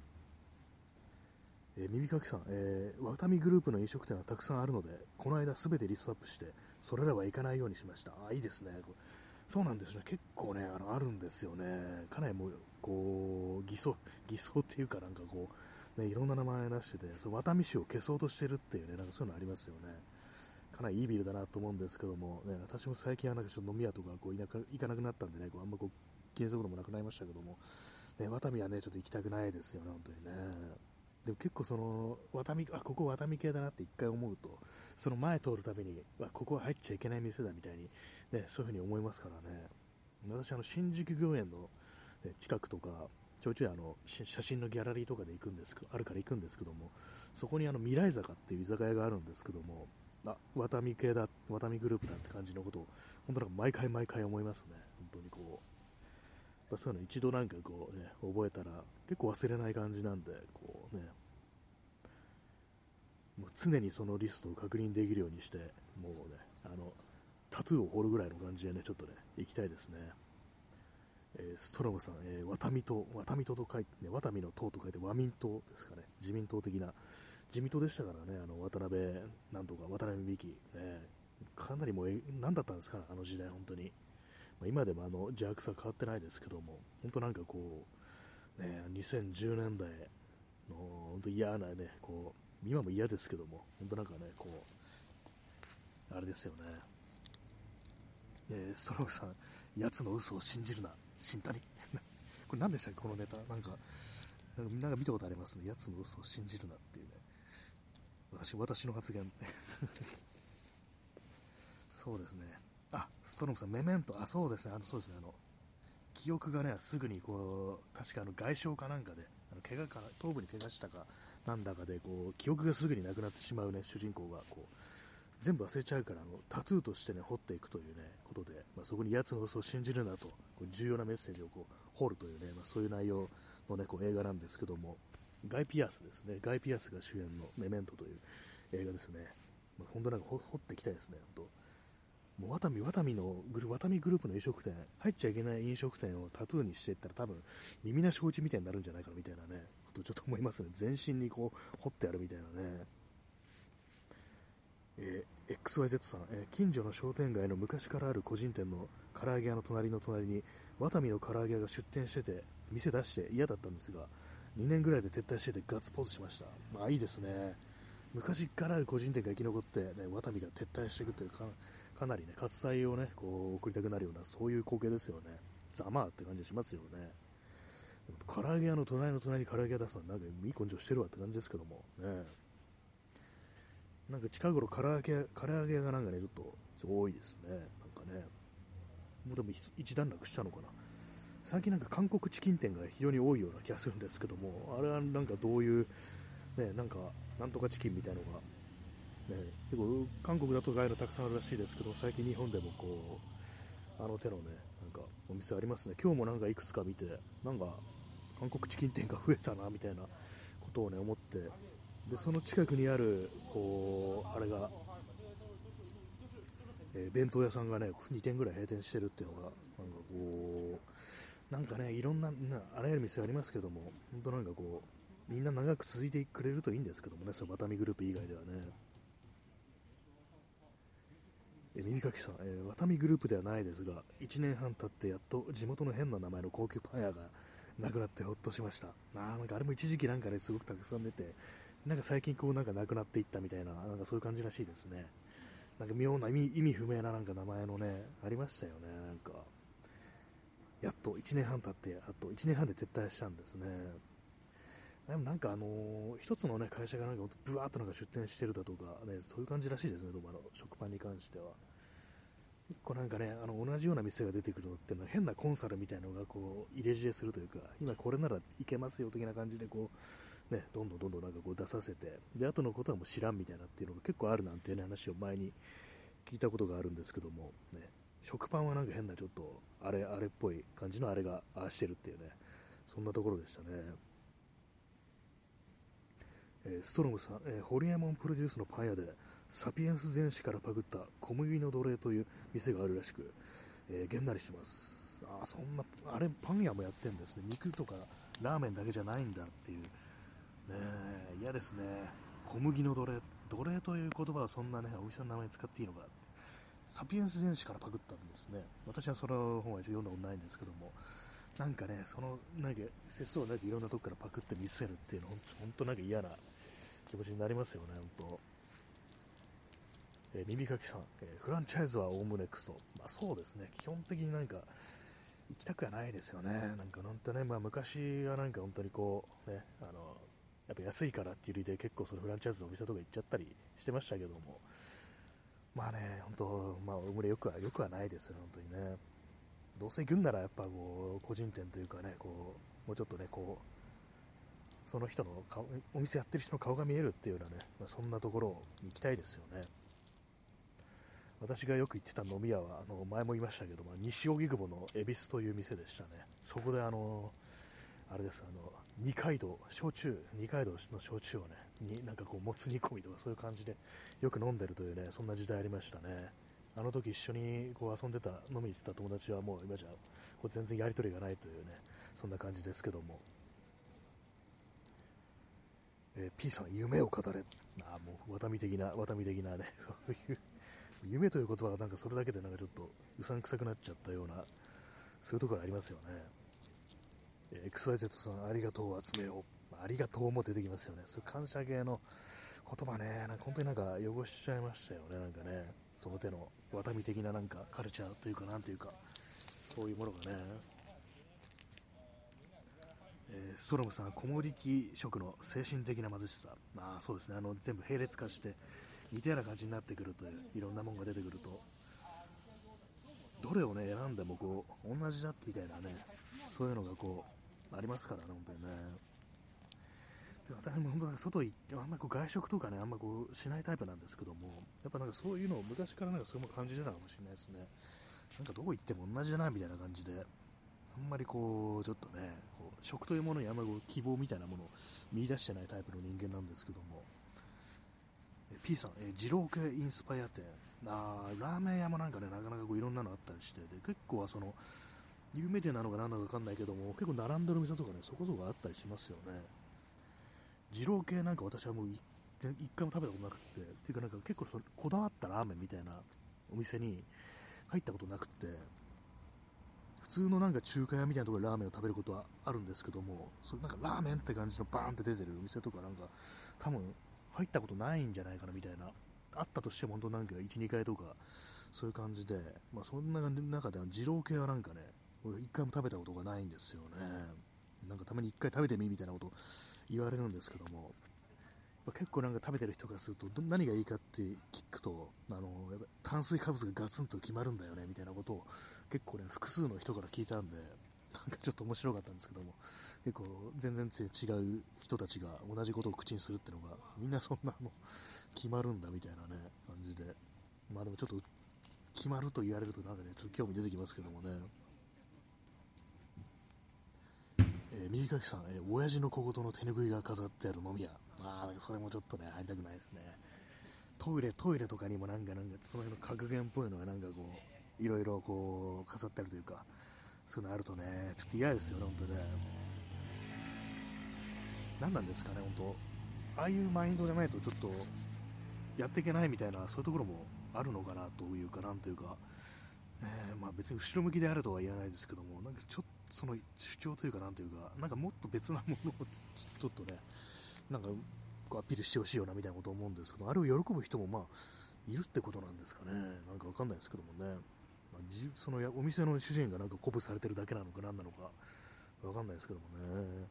耳かきさん、ワタミグループの飲食店はたくさんあるので、この間すべてリストアップして、それらは行かないようにしました。いいですね。そうなんですね。結構ね、あるんですよね。かなりもう、偽装っていうかね、いろんな名前出してて、ワタミ市を消そうとしてるっていうね、そういうのありますよね。かなりいいビルだなと思うんですけども、ね、私も最近はちょっと飲み屋とか行かなくなったんでね、あんま気にすることもなくなりましたけども、ね、ワタミはね、ちょっと行きたくないですよね、本当にね。でも結構ここワタミ系だなって一回思うと、その前通るたびに、ここは入っちゃいけない店だみたいに、ね、そういう風に思いますからね。私、新宿御苑の、ね、近くとか、ちょいちょい写真のギャラリーとかであるから行くんですけども、そこに未来坂っていう居酒屋があるんですけども、ワタミ系だ、ワタミグループだって感じのことを、本当毎回思いますね。本当にそういうの一度ね、覚えたら結構忘れない感じなんで、もう常にそのリストを確認できるようにして、もうね、タトゥーを彫るぐらいの感じでね、ちょっとね、行きたいですね。ストロムさん、ワタミ党と書いて、ね、ワタミの党と書いて和民党ですかね、自民党的な、自民党でしたからね、渡辺美樹、ね、かなりもう、何だったんですか、あの時代、本当に。今でも邪悪さ変わってないですけども、本当ね、2010年代の本当嫌なね、 今も嫌ですけども、本当なんかね、こう、あれですよね。ストロークさん、奴の嘘を信じるな、新谷。これ何でしたっけ、このネタ。なんかみんなが見たことありますね。奴の嘘を信じるなっていうね。私の発言。そうですね。あ、ストロークさん、メメント。あ、そうですね。そうですね。記憶がね、すぐにこう、確か外傷かなんかで、怪我か、頭部に怪我したかなんだかで、こう、記憶がすぐになくなってしまうね、主人公が、こう、全部忘れちゃうから、タトゥーとしてね、彫っていくというね、ことで、そこに奴の嘘を信じるなと、こう重要なメッセージをこう、彫るというね、そういう内容のね、こう映画なんですけども、ガイ・ピアスですね、ガイ・ピアスが主演のメメントという映画ですね。本当なんか掘ってきたいですね、本当。もうワタミグループの飲食店、入っちゃいけない飲食店をタトゥーにしていったら多分耳なし放置みたいになるんじゃないかなみたいなね、ことをちょっと思いますね。全身にこう彫ってあるみたいなね。XYZ さん、近所の商店街の昔からある個人店の唐揚げ屋の隣にワタミの唐揚げ屋が出店してて店出して嫌だったんですが2年ぐらいで撤退しててガッツポーズしました。いいですね。昔からある個人店が生き残って、ね、ワタミが撤退していくというかなりね喝采をねこう送りたくなるようなそういう光景ですよね。ざまあって感じしますよね。でも唐揚げ屋の隣に唐揚げ屋出すのはなんかいい根性してるわって感じですけどもね。なんか近頃唐揚げ屋がなんかねちょっと多いですね。なんかね、もうでも一段落したのかな。最近なんか韓国チキン店が非常に多いような気がするんですけども、あれはなんかどういうね、なんとかチキンみたいなのがね、結構韓国だとああいうのたくさんあるらしいですけど、最近日本でもこうあの手のねなんかお店ありますね。今日もなんかいくつか見て、なんか韓国チキン店が増えたなみたいなことをね思って、でその近くにあるこうあれが、弁当屋さんがね2店ぐらい閉店してるっていうのがなんかこうなんかねいろんなあらゆる店ありますけども、本当なんかこうみんな長く続いてくれるといいんですけどもね、そのワタミグループ以外ではね。耳かきさん、ワタミグループではないですが1年半経ってやっと地元の変な名前の高級パン屋がなくなってほっとしました。なんかあれも一時期なんかねすごくたくさん出て、なんか最近こうなんかなくなっていったみたいな、なんかそういう感じらしいですね。なんか妙な意味不明ななんか名前のねありましたよね。なんかやっと1年半経ってあと1年半で撤退したんですね。でもなんか一つのね会社がなんかブワーっとなんか出店してるだとかね、そういう感じらしいですね。どうも食パンに関しては結構なんかね同じような店が出てくるのってのは変なコンサルみたいなのがこう入れ知恵するというか、今これならいけますよ的な感じでこうねどんどんなんかこう出させて、で後のことはもう知らんみたいなっていうのが結構あるなんていう、ね、話を前に聞いたことがあるんですけどもね、食パンはなんか変なちょっとあれっぽい感じのあれがああしてるっていうね、そんなところでしたね。ストロムさん、ホリエモンプロデュースのパン屋でサピエンス全史からパクった小麦の奴隷という店があるらしく、げんなりします。そんなあれパン屋もやってんですね。肉とかラーメンだけじゃないんだっていうね。嫌ですね。小麦の奴隷という言葉はそんなねお店の名前使っていいのかって、サピエンス全史からパクったんですね。私はその本は読んだことないんですけども、なんかねそのなんか節操なくいろんなとこからパクって見せるっていうの本当なんか嫌な気持ちになりますよね、本当。耳かきさん、フランチャイズはおおむねクソ。そうですね、基本的になんか行きたくはないですよね。なんか本当ね、昔はなんか本当にこうね、やっぱ安いからっていう理由で結構そのフランチャイズのお店とか行っちゃったりしてましたけども、本当、おおむねよくはないですよね、本当にね。どうせ行くんならやっぱこう個人店というかね、こうもうちょっとねこうその人の顔、お店やってる人の顔が見えるっていうようなね、そんなところに行きたいですよね。私がよく行ってた飲み屋は前も言いましたけど、西荻窪の恵比寿という店でしたね。そこであれです、二階堂の焼酎をねなんかこうもつ煮込みとかそういう感じでよく飲んでるというね、そんな時代ありましたね。あの時一緒にこう遊んでた飲みに行ってた友達はもう今じゃこう全然やり取りがないというね、そんな感じですけども、P さん夢を語れ、もうワタミ的なねそういう夢という言葉がなんかそれだけでなんかちょっとうさんくさくなっちゃったような、そういうところありますよね。XYZ さんありがとう集めよう、 ありがとうも出てきますよね。そういう感謝系の言葉ね、なんか本当になんか汚しちゃいましたよね。なんかね、その手のワタミ的ななんかカルチャーというかなんていうか、そういうものがね、ストロムさん、コモディティ食の精神的な貧しさ。そうですね、全部並列化して似たような感じになってくるという、いろんなものが出てくると、どれをね、選んでもこう、同じだみたいなね、そういうのがこう、ありますからね、本当にね。で私も本当に外行って、あんまりこう外食とかね、あんまこうしないタイプなんですけども、やっぱなんかそういうのを昔からなんかそういうのを感じてたかもしれないですね。なんかどこ行っても同じだなみたいな感じで、あんまりこう、ちょっとね、こう食というものにあんまりこう希望みたいなものを見出してないタイプの人間なんですけども、P さん、二郎系インスパイア店、ラーメン屋もなんかね、なかなかこういろんなのあったりして、で結構はその、有名店なのか何なのか分かんないけども、結構並んでる店とかね、そこそこあったりしますよね。二郎系なんか私はもう一回も食べたことなくて、っていうかなんか結構そのこだわったラーメンみたいなお店に入ったことなくて、普通のなんか中華屋みたいなところでラーメンを食べることはあるんですけども、そうなんかラーメンって感じのバーンって出てる店とかなんか多分入ったことないんじゃないかなみたいな、あったとしても本当なんか1、2回とかそういう感じで、まあそんな中で二郎系はなんかね、俺一回も食べたことがないんですよね。なんかたまに一回食べてみみたいなこと言われるんですけども、結構なんか食べてる人からすると何がいいかって聞くと、やっぱ炭水化物がガツンと決まるんだよねみたいなことを結構ね複数の人から聞いたんで、なんかちょっと面白かったんですけども、結構全然違う人たちが同じことを口にするっていうのがみんなそんな決まるんだみたいなね感じで、まあでもちょっと決まると言われるとなんかねちょっと興味出てきますけどもね。右かきさん、親父の小言の手拭いが飾ってある飲み屋。それもちょっとね、入りたくないですね。トイレとかにもなんかその辺の格言っぽいのがなんかこう、いろいろこう、飾ってあるというか、そういうのあるとね、ちょっと嫌ですよね、本当ね。何なんですかね、本当。ああいうマインドじゃないとちょっと、やっていけないみたいな、そういうところもあるのかなというか、なんというか、ね、まあ別に後ろ向きであるとは言わないですけども、なんかちょっとその主張というかなんというか、なんかもっと別なものをちょっとね、なんかこうアピールしてほしいよなみたいなことを思うんですけど、あれを喜ぶ人もまあいるってことなんですかね。なんかわかんないですけどもね、まあ、そのお店の主人がなんか鼓舞されてるだけなのか何なのかわかんないですけどもね。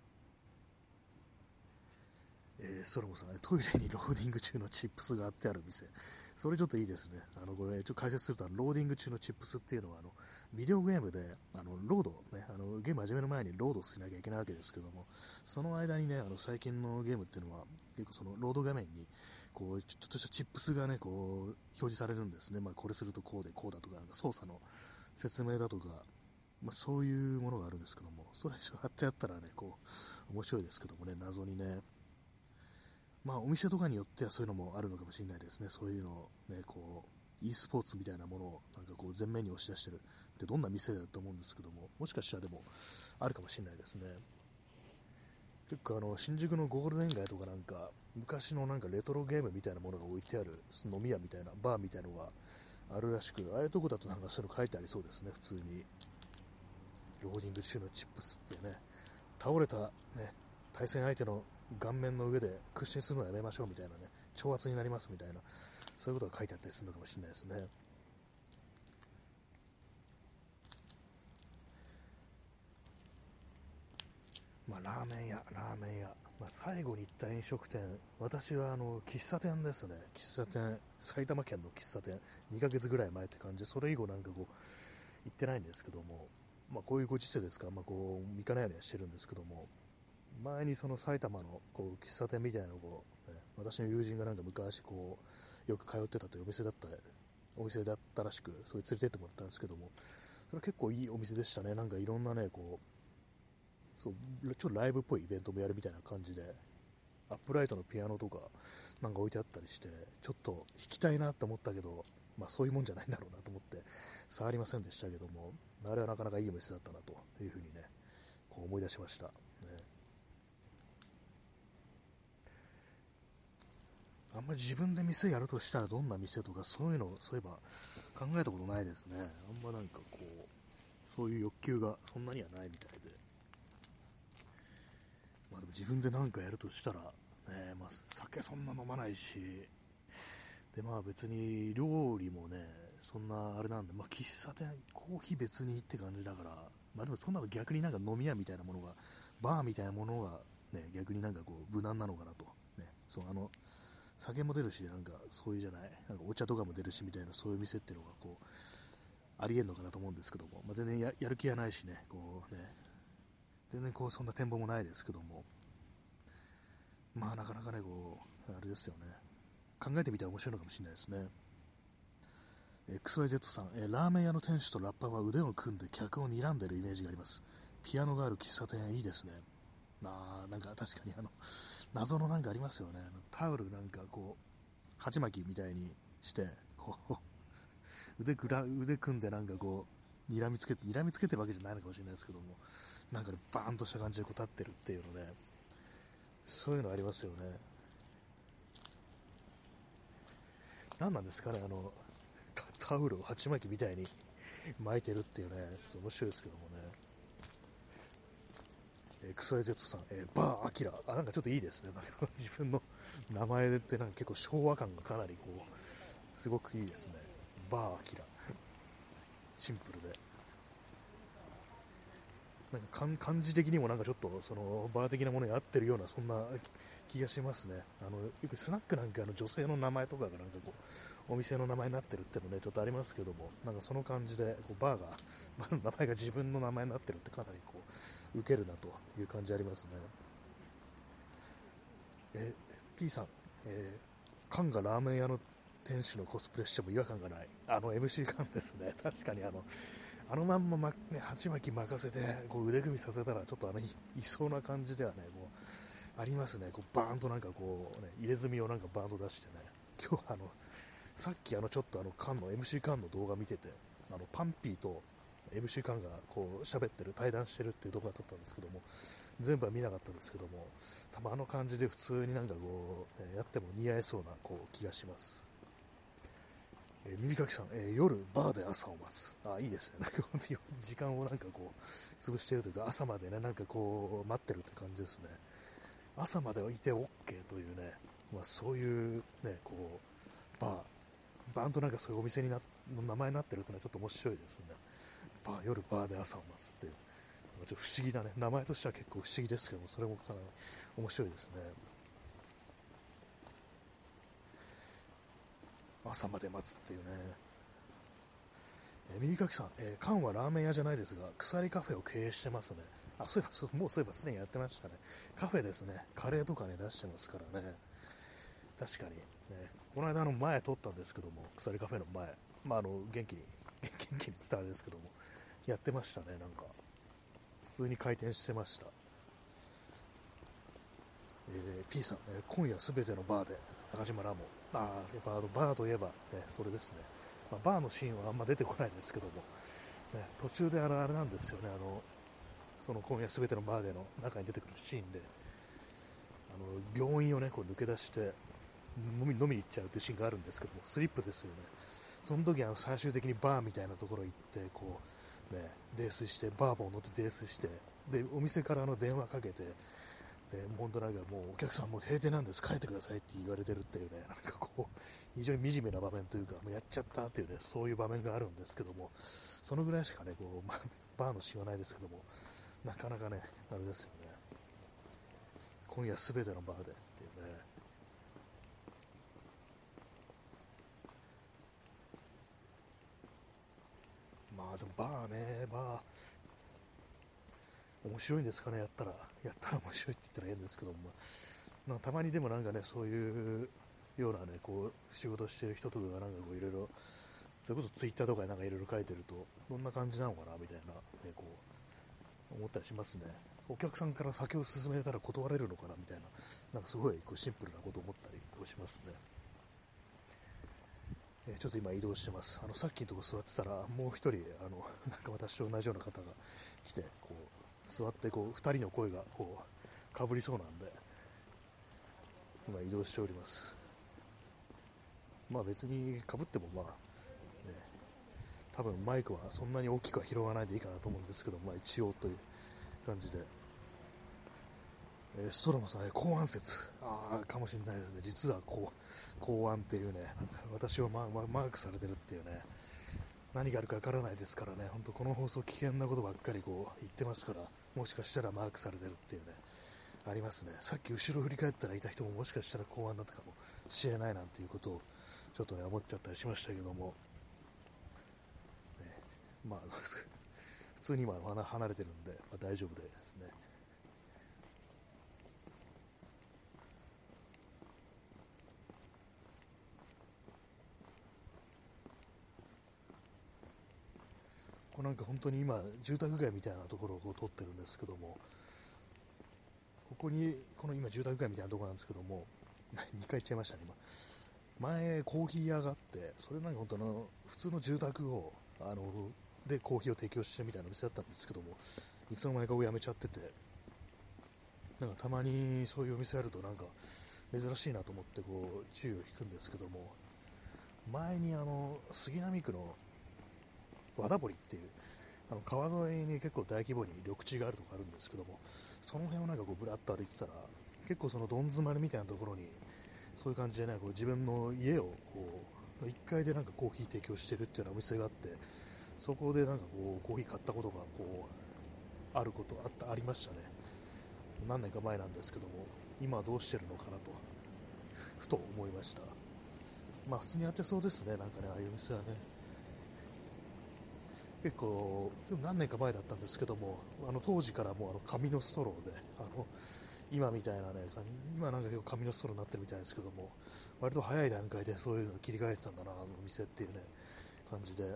ストロムさん、トイレにローディング中のチップスがあってある店。それちょっといいですね。これ、ちょっと解説すると、ローディング中のチップスっていうのは、ビデオゲームで、ロード、ね、ゲーム始める前にロードしなきゃいけないわけですけども、その間にね、最近のゲームっていうのは、結構そのロード画面に、こう、ちょっとしたチップスがね、こう、表示されるんですね。まあ、これするとこうでこうだとか、なんか操作の説明だとか、まあ、そういうものがあるんですけども、それ貼ってあったらね、こう、面白いですけどもね、謎にね、まあ、お店とかによってはそういうのもあるのかもしれないですね。そういうのをね、こう、e スポーツみたいなものをなんかこう前面に押し出してるってどんな店だと思うんですけども、もしかしたらでもあるかもしれないですね。結構新宿のゴールデン街とかなんか昔のなんかレトロゲームみたいなものが置いてある飲み屋みたいなバーみたいなのがあるらしく、ああいうとこだとなんかそういうの書いてありそうですね。普通にローディング中のチップスってね、倒れたね対戦相手の顔面の上で屈伸するのはやめましょうみたいなね、挑発になりますみたいな、そういうことが書いてあったりするのかもしれないですね。まあ、ラーメン屋、まあ、最後に行った飲食店、私は喫茶店ですね。喫茶店、埼玉県の喫茶店、2ヶ月ぐらい前って感じで、それ以後なんかこう行ってないんですけども、まあ、こういうご時世ですから、まあ、こう行かないようにはしてるんですけども、前にその埼玉のこう喫茶店みたいなのを、ね、私の友人がなんか昔こうよく通ってたというお店だったらしく、それ連れてってもらったんですけども、それは結構いいお店でしたね。なんかいろんなね、こうそうちょっとライブっぽいイベントもやるみたいな感じで、アップライトのピアノとかなんか置いてあったりして、ちょっと弾きたいなと思ったけど、まあそういうもんじゃないんだろうなと思って触りませんでしたけども、あれはなかなかいいお店だったなというふうにね、こう思い出しました、ね。あんまり自分で店やるとしたらどんな店とかそういうのそういえば考えたことないですね。あんまなんかこうそういう欲求がそんなにはないみたいで、 まあでも自分で何かやるとしたら、ね、まあ酒そんな飲まないし、でまあ別に料理もね、そんなあれなんで、まあ喫茶店、コーヒー別にって感じだから、まあでもそんなの逆になんか飲み屋みたいなものが、バーみたいなものがね、逆になんかこう無難なのかなと。ね、そう酒も出るし、なんかそういうじゃない、なんかお茶とかも出るしみたいな、そういう店っていうのがこう、ありえんのかなと思うんですけども、まあ、全然やる気はないしね、こうね、全然こうそんな展望もないですけども、まあなかなかね、こう、あれですよね、考えてみたら面白いのかもしれないですね。XYZ さん、ラーメン屋の店主とラッパーは腕を組んで客を睨んでるイメージがあります。ピアノがある喫茶店いいですね。なんか確かに謎のなんかありますよね。タオルなんかこう、鉢巻きみたいにして、こう、腕組んでなんかこう、睨みつけてるわけじゃないのかもしれないですけども、なんかね、バーンとした感じでこう立ってるっていうのね、そういうのありますよね。何なんですかね、タオルを鉢巻きみたいに巻いてるっていうね、ちょっと面白いですけどもね。XYZ さん、バーアキラ、なんかちょっといいですね。なんか自分の名前ってなんか結構昭和感がかなりこう、すごくいいですね。バーアキラ。シンプルで。なんか漢字的にもなんかちょっとそのバー的なものに合ってるようなそんな気がしますね。よくスナックなんか女性の名前とかがなんかこうお店の名前になってるっていうのねちょっとありますけども、なんかその感じでこうバーの名前が自分の名前になってるってかなりこうウケるなという感じありますね。P さん、缶がラーメン屋の店主のコスプレしても違和感がない。MC 缶ですね。確かにまんま、ね、鉢巻き任せてこう腕組みさせたらちょっといそうな感じではねこうありますね。こうバーンとなんかこう、ね、入れ墨をなんかバーンと出してね、今日さっきちょっと缶の MC 缶の動画見てて、パンピーと MC 缶がこう喋ってる対談してるっていう動画だったんですけども、全部は見なかったですけども、多分感じで普通になんかこう、ね、やっても似合いそうなこう気がします。耳かきさん、夜バーで朝を待つ。いいですね。なんか本当に時間をなんかこう潰してるというか、朝までねなんかこう待ってるって感じですね。朝までいて OK というね、まあ、そういうねこうバーンとなんかそういうお店の名前になってるっていうのはちょっと面白いですね。夜バーで朝を待つっていう、ちょっと不思議なね名前としては結構不思議ですけども、それもかなり面白いですね。朝まで待つっていうね。耳かきさん、缶はラーメン屋じゃないですが、鎖カフェを経営してますね。そういえば、もうそういえばすでにやってましたね。カフェですね。カレーとかね、出してますからね。確かに。この間前撮ったんですけども、鎖カフェの前。まあ、元気に伝わるんですけども、やってましたね、なんか。普通に開店してました。P さん、今夜すべてのバーで、中島ラモ。やっぱバーといえば、ね、それですね。まあ、バーのシーンはあんま出てこないんですけども、ね、途中であれなんですよね、その今夜すべてのバーでの中に出てくるシーンで、病院をね、こう抜け出して、飲みに行っちゃうっていうシーンがあるんですけども、スリップですよね。その時最終的にバーみたいなところ行って、こう、ね、泥酔して、バーボン乗って泥酔して、で、お店から電話かけて、で、本当なんかもうお客さんもう閉店なんです、帰ってくださいって言われてるっていうね、なんかこう、非常に惨めな場面というか、もうやっちゃったっていうね、そういう場面があるんですけども、そのぐらいしかね、こう、バーのシーンはないですけども、なかなかね、あれですよね、今夜すべてのバーでっていうね、まあでも面白いんですかね、やったら面白いって言ったら変ですけども、なんかたまにでもなんかね、そういうようなね、こう、仕事してる人とかがなんかこういろいろ、それこそツイッターとかでなんかいろいろ書いてると、どんな感じなのかな、みたいな、ね、こう、思ったりしますね。お客さんから酒を勧めたら断れるのかな、みたいな、なんかすごいこうシンプルなことを思ったりしますね。ちょっと今移動してます。さっきのとこ座ってたら、もう一人、なんか私と同じような方が来て、こう、座ってこう、二人の声がこう、かぶりそうなんで、今移動しております。まあ別にかぶってもまあ、ね、多分マイクはそんなに大きくは拾わないでいいかなと思うんですけど、まあ一応という感じで、 ストロムさん、公安説かもしれないですね。実は公安っていうね、なんか私をマークされてるっていうね、何があるかわからないですからね、本当この放送危険なことばっかり言ってますから、もしかしたらマークされてるっていうね、ありますね。さっき後ろ振り返ったらいた人ももしかしたら公安だったかもしれないなんていうことをちょっとね思っちゃったりしましたけども、ね、まあ普通に今離れてるんで、大丈夫ですね。なんか本当に今住宅街みたいなところを撮ってるんですけども、この今住宅街みたいなところなんですけども2回言っちゃいましたね。前コーヒー屋があって、それなんか本当の普通の住宅をでコーヒーを提供してるみたいな店だったんですけども、いつの間にか辞めちゃってて、なんかたまにそういうお店あるとなんか珍しいなと思って注意を引くんですけども、前に杉並区の和田堀っていう川沿いに結構大規模に緑地があるとこあるんですけども、その辺をなんかぶらっと歩いてたら、結構そのどん詰まりみたいなところにそういう感じでね、自分の家を1階でなんかコーヒー提供してるっていうようなお店があって、そこでなんかコーヒー買ったことがありましたね。何年か前なんですけども、今はどうしてるのかなとふと思いました。まあ普通にやってそうですね、なんかね、ああいう店はね。結構何年か前だったんですけども、当時からもう紙のストローで今みたいなね、今なんか結構紙のストローになってるみたいですけども、割と早い段階でそういうのを切り替えてたんだな、お店っていうね感じで、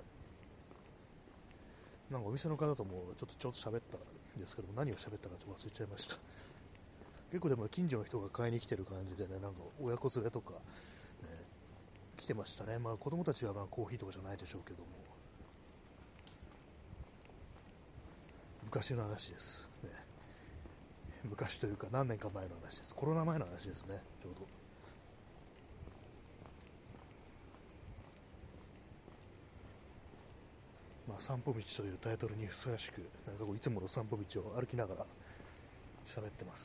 なんかお店の方ともちょっと喋ったんですけども、何を喋ったかちょっと忘れちゃいました。結構でも近所の人が買いに来てる感じでね、なんか親子連れとか、ね、来てましたね。まあ子供たちはまあコーヒーとかじゃないでしょうけども、昔の話です、ね。昔というか何年か前の話です。コロナ前の話ですね、ちょうど。まあ、散歩道というタイトルにふさわしく、なんかいつもの散歩道を歩きながら喋ってます。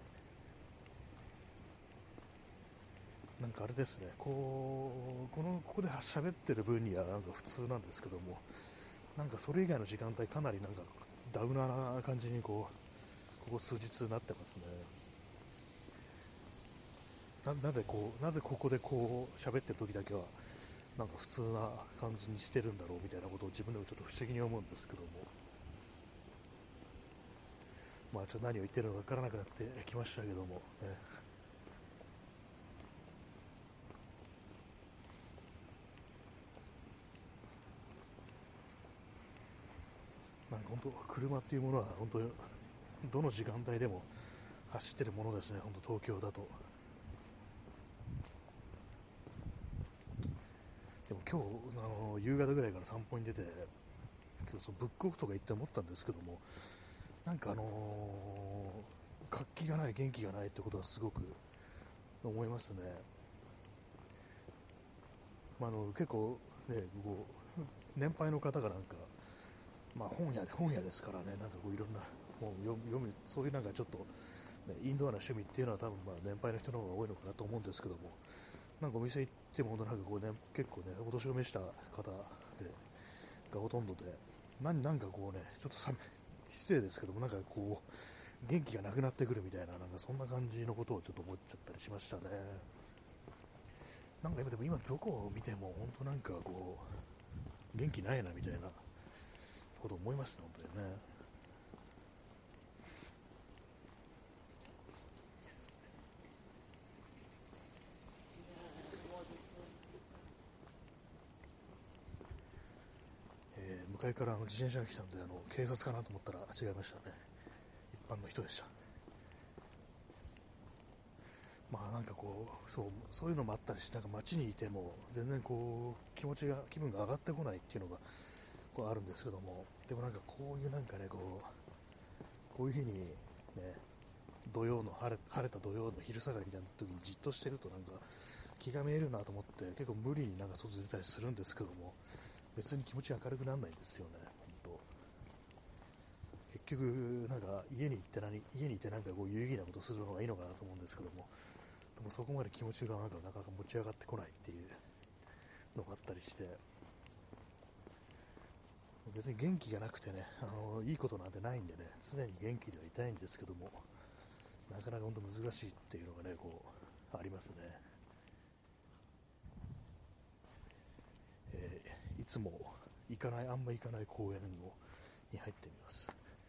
なんかあれですね、ここで喋ってる分にはなんか普通なんですけども、なんかそれ以外の時間帯かなりなんかダウナーな感じにここ数日になってますね。なぜここで喋ってる時だけはなんか普通な感じにしてるんだろうみたいなことを自分でもちょっと不思議に思うんですけども、まあちょっと何を言ってるのかわからなくなってきましたけども、ね、なんか本当車っていうものは本当どの時間帯でも走ってるものですね、本当東京だと。でも今日夕方ぐらいから散歩に出て、そのブックオフとか行って思ったんですけども、なんか活気がない、元気がないってことはすごく思いますね。まあ、結構ね、年配の方がなんか、まあ、本屋ですからね、なんかいろんな本を読む、そういうなんかちょっと、ね、インドアな趣味っていうのは多分まあ年配の人の方が多いのかなと思うんですけども、なんかお店行ってもなんか結構ね、お年を召した方でがほとんどで、なんかちょっと失礼ですけども、なんか元気がなくなってくるみたいな、なんかそんな感じのことをちょっと思っちゃったりしましたね。なんかでも今どこを見ても本当なんか元気ないなみたいなことを思いますね、本当にね。向かいから自転車が来たんで警察かなと思ったら違いましたね。一般の人でした。まあなんかそういうのもあったりして、なんか街にいても全然気分が上がってこないっていうのがあるんですけども、でもなんかこういうなんかねこういう日にね、晴れた土曜の昼下がりみたいな時にじっとしてるとなんか気が見えるなと思って結構無理になんか外出たりするんですけども、別に気持ち明るくならないんですよね。本当結局なんか家に行ってなんかこう有意義なことするのがいいのかなと思うんですけども、でもそこまで気持ちがなかなか持ち上がってこないっていうのがあったりして、別に元気がなくてね、いいことなんてないんでね、常に元気ではいたいんですけども、なかなか本当難しいっていうのがね、こうありますね。いつもあんま行かない公園に入ってみます。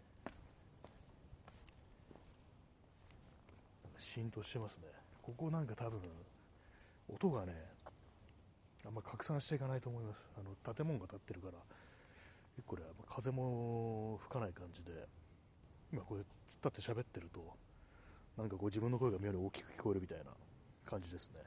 なんかシーンとしてますね。ここなんか多分音がねあんま拡散していかないと思います。建物が建ってるから結構ね風も吹かない感じで、今これ突っ立って喋ってるとなんかこう自分の声が妙に大きく聞こえるみたいな感じですね。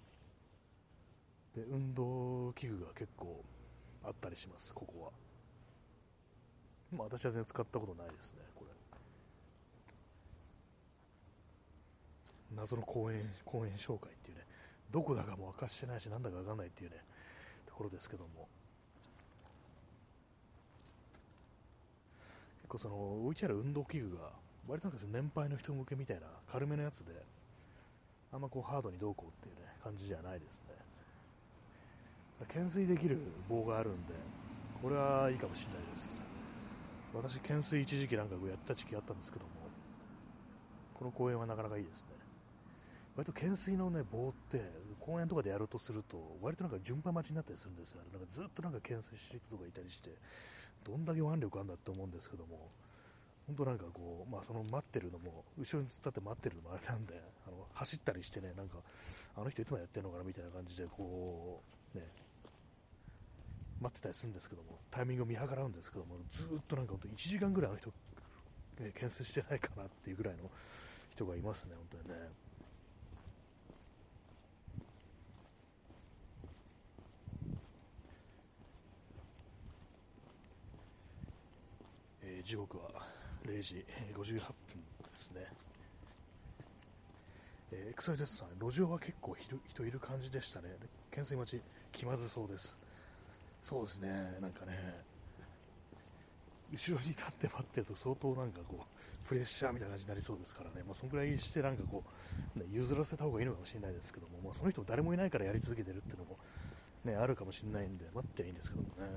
で運動器具が結構あったりします、ここは。まあ私は全然使ったことないですね。これ謎の公園紹介っていうね、どこだかも明かしてないしなんだか分かんないっていうねところですけども、結構その置いてある運動器具が割となんか年配の人向けみたいな軽めのやつで、あんまこうハードにどうこうっていうね感じじゃないですね。懸垂できる棒があるんで、これはいいかもしれないです。私懸垂一時期なんかやった時期あったんですけども、この公園はなかなかいいですね。割と懸垂のね棒って公園とかでやるとすると割となんか順番待ちになったりするんですよね。なんかずっとなんか懸垂してる人とかいたりして、どんだけ腕力あんだって思うんですけども、本当なんかこう、まあその待ってるのも後ろに突っ立って待ってるのもあれなんで、走ったりしてね、なんかあの人いつもやってるのかなみたいな感じでこうね待ってたりするんですけども、タイミングを見計らうんですけども、ずっとなんか本当1時間ぐらいあの人、ね、懸垂してないかなっていうぐらいの人がいますね、本当にね。時刻は0時58分ですね。XYZ さん、路上は結構人いる感じでしたね。懸垂待ち気まずそうです。そうですね、なんかね、後ろに立って待ってると相当なんかこうプレッシャーみたいな感じになりそうですからね、まあ、そのくらいしてなんかこう、ね、譲らせた方がいいのかもしれないですけども、まあ、その人も誰もいないからやり続けてるっていうのも、ね、あるかもしれないんで待ってりゃいいんですけどもね。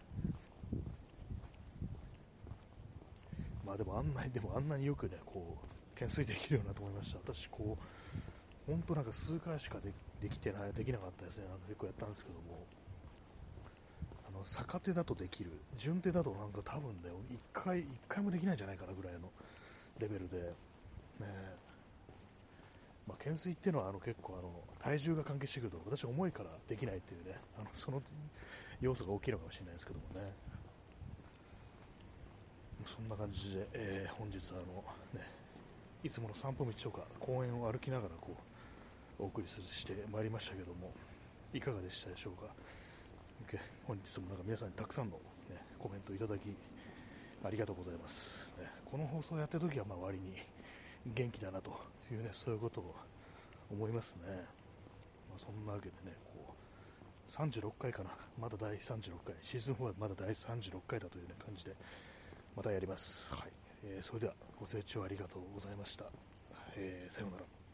まあでもあんなによくねこう懸垂できるようなと思いました。私こう本当なんか数回しかできなかったですね。なんか結構やったんですけども、逆手だとできる、順手だとなんか多分ね一回もできないんじゃないかなぐらいのレベルで、ね。まあ、懸垂っていうのは結構体重が関係してくると私は重いからできないっていうね、その要素が大きいのかもしれないですけどもね。そんな感じで、本日ね、いつもの散歩道とか公園を歩きながらこうお送りしてまいりましたけども、いかがでしたでしょうか。本日もなんか皆さんにたくさんの、ね、コメントいただきありがとうございます、ね。この放送をやってるときはまあ割に元気だなというね、そういうことを思いますね。まあ、そんなわけでね、こう36回かな、まだ第36回、シーズン4はまだ第36回だという、ね、感じでまたやります。はい。それではご清聴ありがとうございました。さようなら。